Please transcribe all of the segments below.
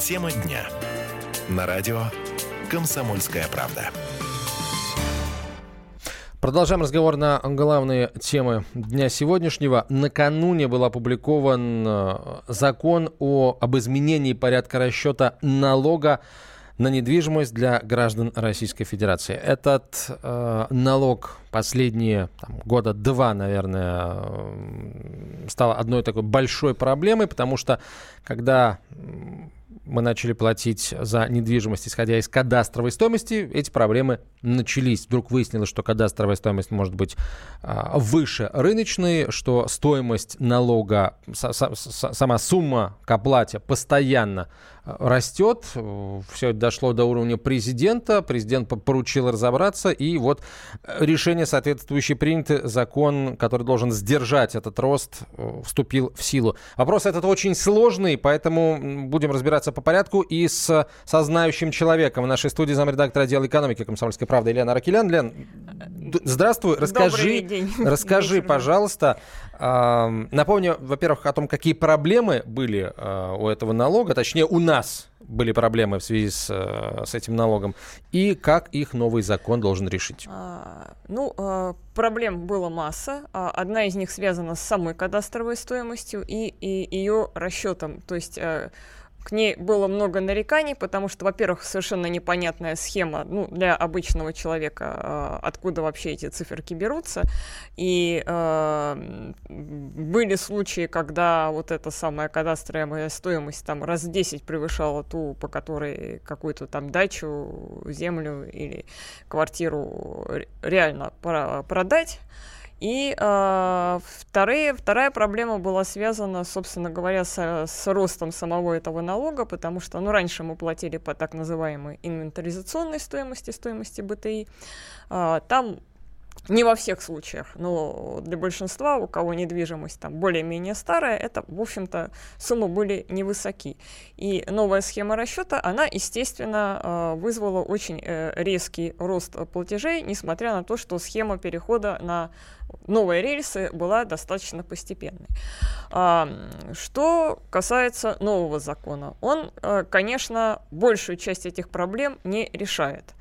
Тема дня. На радио «Комсомольская правда». Продолжаем разговор на главные темы дня сегодняшнего. Накануне был опубликован закон об изменении порядка расчета налога на недвижимость для граждан Российской Федерации. Этот налог последние года два, наверное, стал одной такой большой проблемой, потому что когда мы начали платить за недвижимость, исходя из кадастровой стоимости, эти проблемы начались. Вдруг выяснилось, что кадастровая стоимость может быть выше рыночной, что стоимость налога, сама сумма к оплате постоянно растет. Все это дошло до уровня президента. Президент поручил разобраться, и вот решение соответствующее принято. Закон, который должен сдержать этот рост, вступил в силу. Вопрос этот очень сложный, поэтому будем разбираться по порядку и со знающим человеком. В нашей студии замредактора отдела экономики «Комсомольской правды» Лена Аракелян. Лен, здравствуй. Расскажи, пожалуйста. Напомню, во-первых, о том, какие проблемы были у этого налога, точнее, у нас были проблемы в связи с этим налогом, и как их новый закон должен решить. Проблем была масса. Одна из них связана с самой кадастровой стоимостью и ее расчетом. То есть к ней было много нареканий, потому что, во-первых, совершенно непонятная схема для обычного человека, откуда вообще эти циферки берутся. И были случаи, когда вот эта самая кадастровая стоимость там раз в 10 превышала ту, по которой какую-то там дачу, землю или квартиру реально продать. И вторая проблема была связана, собственно говоря, с ростом самого этого налога, потому что раньше мы платили по так называемой инвентаризационной стоимости БТИ. Там не во всех случаях, но для большинства, у кого недвижимость там более-менее старая, это, в общем-то, суммы были невысоки. И новая схема расчета, она, естественно, вызвала очень резкий рост платежей, несмотря на то, что схема перехода на новые рельсы была достаточно постепенной. Что касается нового закона, он, конечно, большую часть этих проблем не решает.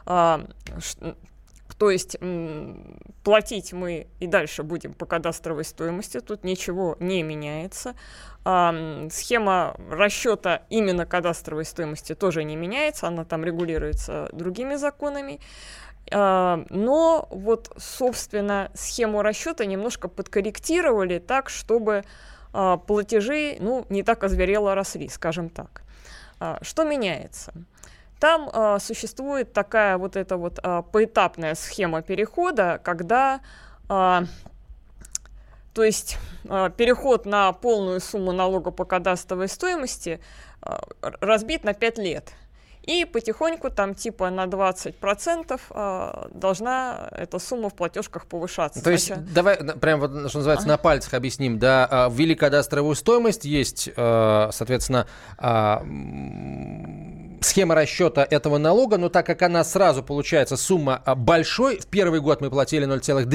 То есть платить мы и дальше будем по кадастровой стоимости, тут ничего не меняется. Схема расчета именно кадастровой стоимости тоже не меняется, она там регулируется другими законами. Но вот, собственно, схему расчета немножко подкорректировали так, чтобы платежи не так озверело росли, скажем так. Что меняется? Там существует такая поэтапная схема перехода, когда переход на полную сумму налога по кадастровой стоимости разбит на 5 лет. И потихоньку на 20% должна эта сумма в платежках повышаться. То есть давай прямо, что называется, на пальцах объясним. Да, ввели кадастровую стоимость, есть, соответственно, схема расчета этого налога, но так как она сразу получается сумма большой, в первый год мы платили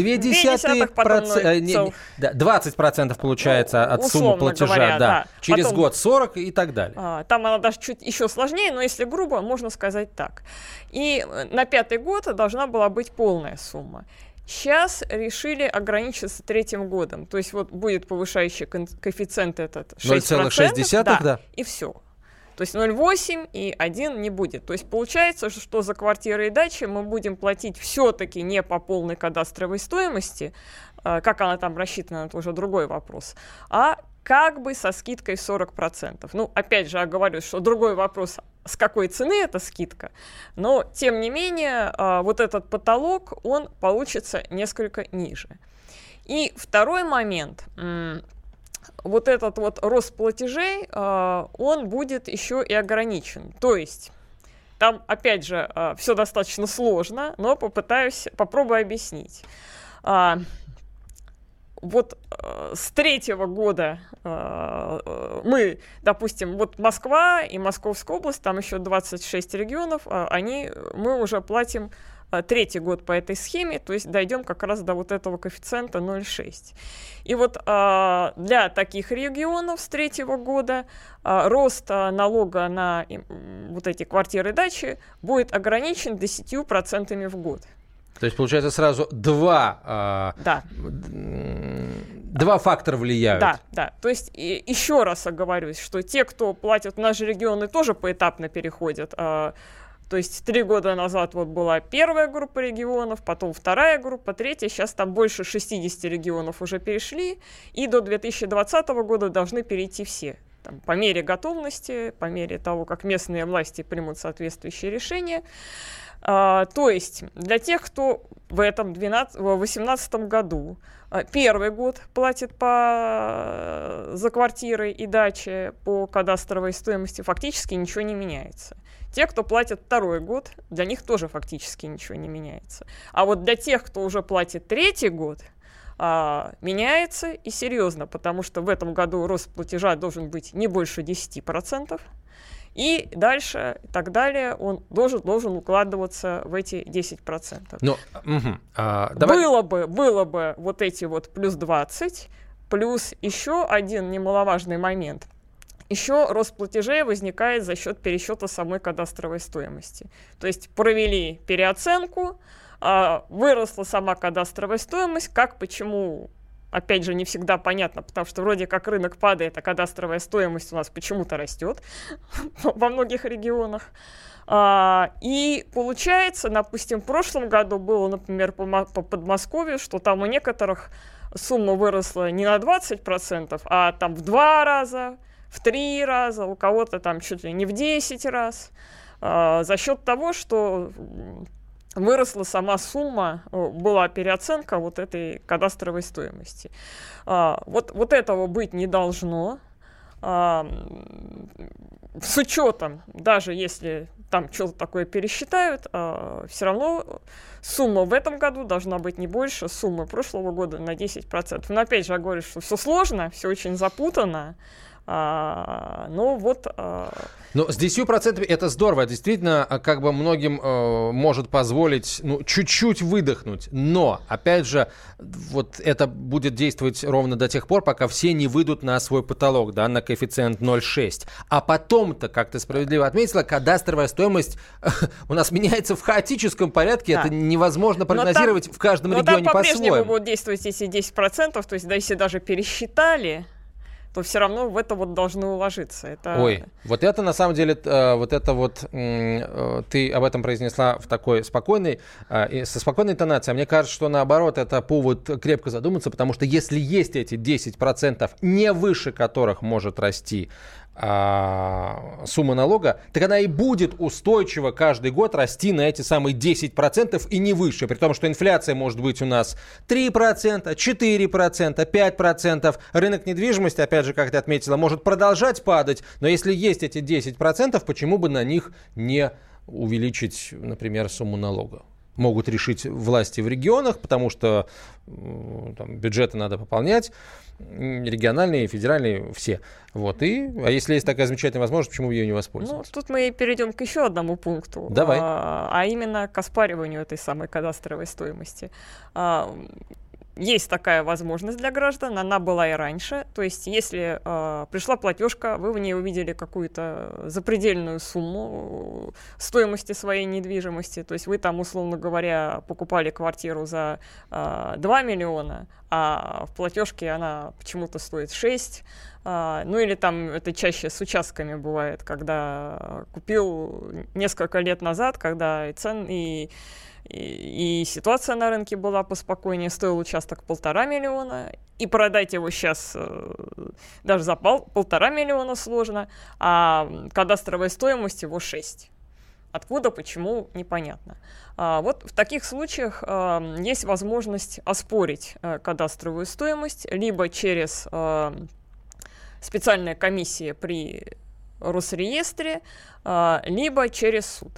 0,2%, 20% получается от суммы платежа, говоря, через потом, год 40% и так далее. Там она даже чуть еще сложнее, но если грубо, можно сказать так. И на 5-й год должна была быть полная сумма. Сейчас решили ограничиться 3-м годом. То есть будет повышающий коэффициент этот 6%, 0,6%, и все. То есть 0,8 и 1 не будет. То есть получается, что за квартиры и дачи мы будем платить все-таки не по полной кадастровой стоимости, как она там рассчитана, это уже другой вопрос, а как бы со скидкой в 40%. Опять же, я говорю, что другой вопрос, с какой цены эта скидка, но, тем не менее, вот этот потолок, он получится несколько ниже. И второй момент – вот этот рост платежей, он будет еще и ограничен. То есть там, опять же, все достаточно сложно, но попробую объяснить. С 3-го года мы, допустим, Москва и Московская область, там еще 26 регионов, мы уже платим третий год по этой схеме, то есть дойдем как раз до вот этого коэффициента 0,6. И вот для таких регионов с третьего года рост налога на вот эти квартиры и дачи будет ограничен 10% в год. То есть, получается, сразу два фактора влияют. Да. То есть, еще раз оговорюсь, что те, кто платят в наши регионы, тоже поэтапно переходят. То есть 3 года назад вот была первая группа регионов, потом вторая группа, третья. Сейчас там больше 60 регионов уже перешли, и до 2020 года должны перейти все. Там, по мере готовности, по мере того, как местные власти примут соответствующие решения. То есть для тех, кто в этом 2018 году первый год платит за квартиры и дачи по кадастровой стоимости, фактически ничего не меняется. Те, кто платит второй год, для них тоже фактически ничего не меняется. А вот для тех, кто уже платит третий год, меняется и серьезно, потому что в этом году рост платежа должен быть не больше 10%, и дальше, и так далее, он должен укладываться в эти 10%. Было бы вот эти вот плюс 20, плюс еще один немаловажный момент. Еще рост платежей возникает за счет пересчета самой кадастровой стоимости. То есть провели переоценку, выросла сама кадастровая стоимость, почему, опять же, не всегда понятно, потому что вроде как рынок падает, а кадастровая стоимость у нас почему-то растет во многих регионах. И получается, допустим, в прошлом году было, например, по Подмосковью, что там у некоторых сумма выросла не на 20%, а там в 2 раза, в 3 раза, у кого-то там чуть ли не в 10 раз, за счет того, что выросла сама сумма, была переоценка вот этой кадастровой стоимости. Вот этого быть не должно. С учетом, даже если там что-то такое пересчитают, все равно сумма в этом году должна быть не больше суммы прошлого года на 10%. Но опять же, я говорю, что все сложно, все очень запутанно. Но с 10% это здорово, действительно, как бы многим может позволить чуть-чуть выдохнуть, но, опять же, вот это будет действовать ровно до тех пор, пока все не выйдут на свой потолок, да, на коэффициент 0,6. А потом-то, как ты справедливо отметила, кадастровая стоимость у нас меняется в хаотическом порядке, это невозможно прогнозировать в каждом регионе по-своему. Но там по-прежнему будут действовать эти 10%, то есть, если даже пересчитали, то все равно в это вот должно уложиться. Вот это на самом деле, ты об этом произнесла в такой спокойной, со спокойной интонацией. А мне кажется, что наоборот, это повод крепко задуматься, потому что если есть эти 10%, не выше которых может расти сумма налога, так она и будет устойчиво каждый год расти на эти самые 10% и не выше. При том, что инфляция может быть у нас 3%, 4%, 5%. Рынок недвижимости, опять же, как ты отметила, может продолжать падать. Но если есть эти 10%, почему бы на них не увеличить, например, сумму налога? Могут решить власти в регионах, потому что там, бюджеты надо пополнять, региональные, федеральные, все. А если есть такая замечательная возможность, почему бы ее не воспользоваться? Тут мы перейдем к еще одному пункту. Давай. А именно к оспариванию этой самой кадастровой стоимости. Есть такая возможность для граждан, она была и раньше. То есть, если пришла платежка, вы в ней увидели какую-то запредельную сумму стоимости своей недвижимости, то есть вы там, условно говоря, покупали квартиру за 2 миллиона, а в платежке она почему-то стоит 6. Или там это чаще с участками бывает, когда купил несколько лет назад, когда и цены, и ситуация на рынке была поспокойнее, стоил участок 1,5 миллиона, и продать его сейчас даже за 1,5 миллиона сложно, а кадастровая стоимость его 6. Откуда, почему, непонятно. Вот в таких случаях есть возможность оспорить кадастровую стоимость либо через специальная комиссия при Росреестре, либо через суд.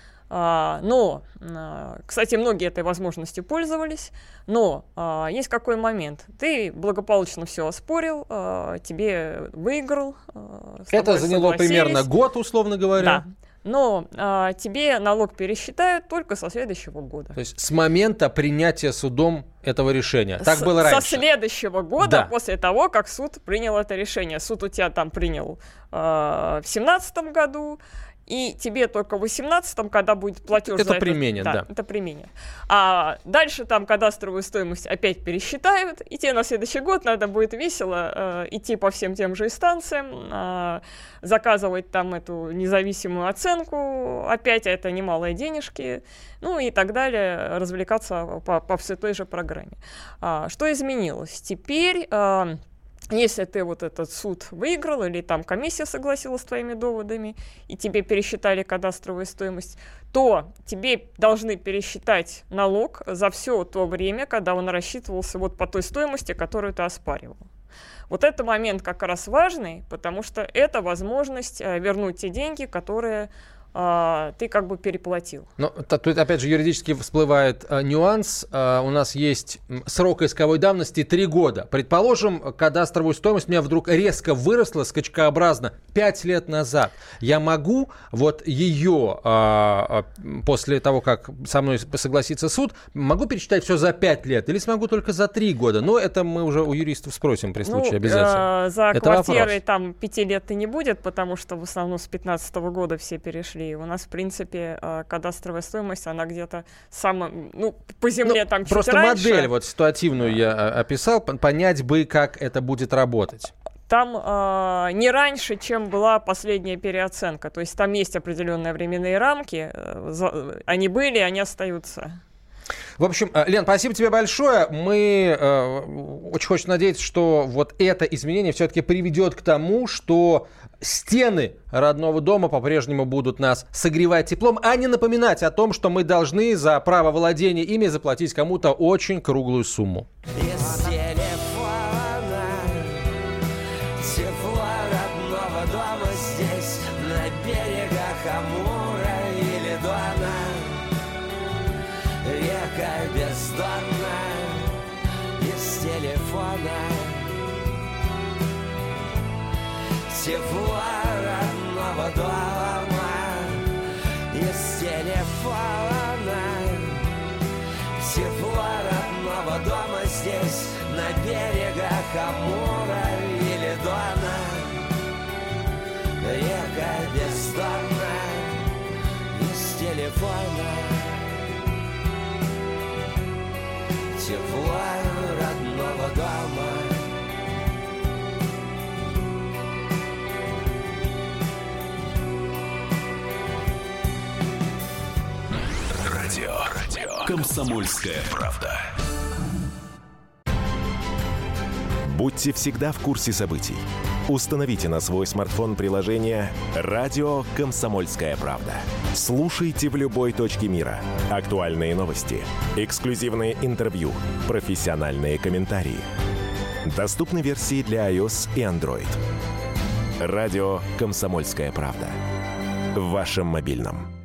Но, кстати, многие этой возможностью пользовались, но есть какой момент. Ты благополучно все оспорил, тебе выиграл. Это заняло примерно год, условно говоря. Да. но тебе налог пересчитают только со следующего года. То есть с момента принятия судом этого решения. Так было раньше. Со следующего года, после того, как суд принял это решение. Суд у тебя там принял в 2017 году, и тебе только в 2018, когда будет платеж это применен, да. Это применен. А дальше там кадастровую стоимость опять пересчитают, и тебе на следующий год надо будет весело идти по всем тем же инстанциям, заказывать там эту независимую оценку, опять это немалые денежки, ну и так далее, развлекаться по все той же программе. Что изменилось? Теперь... Если ты вот этот суд выиграл, или там комиссия согласилась с твоими доводами, и тебе пересчитали кадастровую стоимость, то тебе должны пересчитать налог за все то время, когда он рассчитывался вот по той стоимости, которую ты оспаривал. Вот это момент как раз важный, потому что это возможность вернуть те деньги, которые ты как бы переплатил. Но тут, опять же, юридически всплывает нюанс. У нас есть срок исковой давности 3 года. Предположим, кадастровую стоимость у меня вдруг резко выросла скачкообразно 5 лет назад. Я могу вот ее, после того, как со мной согласится суд, могу пересчитать все за 5 лет или смогу только за 3 года? Но это мы уже у юристов спросим при случае обязательно. За это квартирой вопрос. Там 5 лет и не будет, потому что в основном с 2015 года все перешли. У нас, в принципе, кадастровая стоимость, она где-то по земле там чуть просто раньше. Модель вот ситуативную я описал, понять бы, как это будет работать. Там не раньше, чем была последняя переоценка. То есть там есть определенные временные рамки. Они были, они остаются. В общем, Лен, спасибо тебе большое. Мы очень хочется надеяться, что вот это изменение все-таки приведет к тому, что стены родного дома по-прежнему будут нас согревать теплом, а не напоминать о том, что мы должны за право владения ими заплатить кому-то очень круглую сумму. Тепло родного дома из телефона. Тепло родного дома здесь, на берегах Амура или Дона. Река бездонная из телефона. Тепло родного дома. Радио «Комсомольская правда». Будьте всегда в курсе событий. Установите на свой смартфон приложение «Радио Комсомольская правда». Слушайте в любой точке мира. Актуальные новости, эксклюзивные интервью, профессиональные комментарии. Доступны версии для iOS и Android. «Радио Комсомольская правда». В вашем мобильном.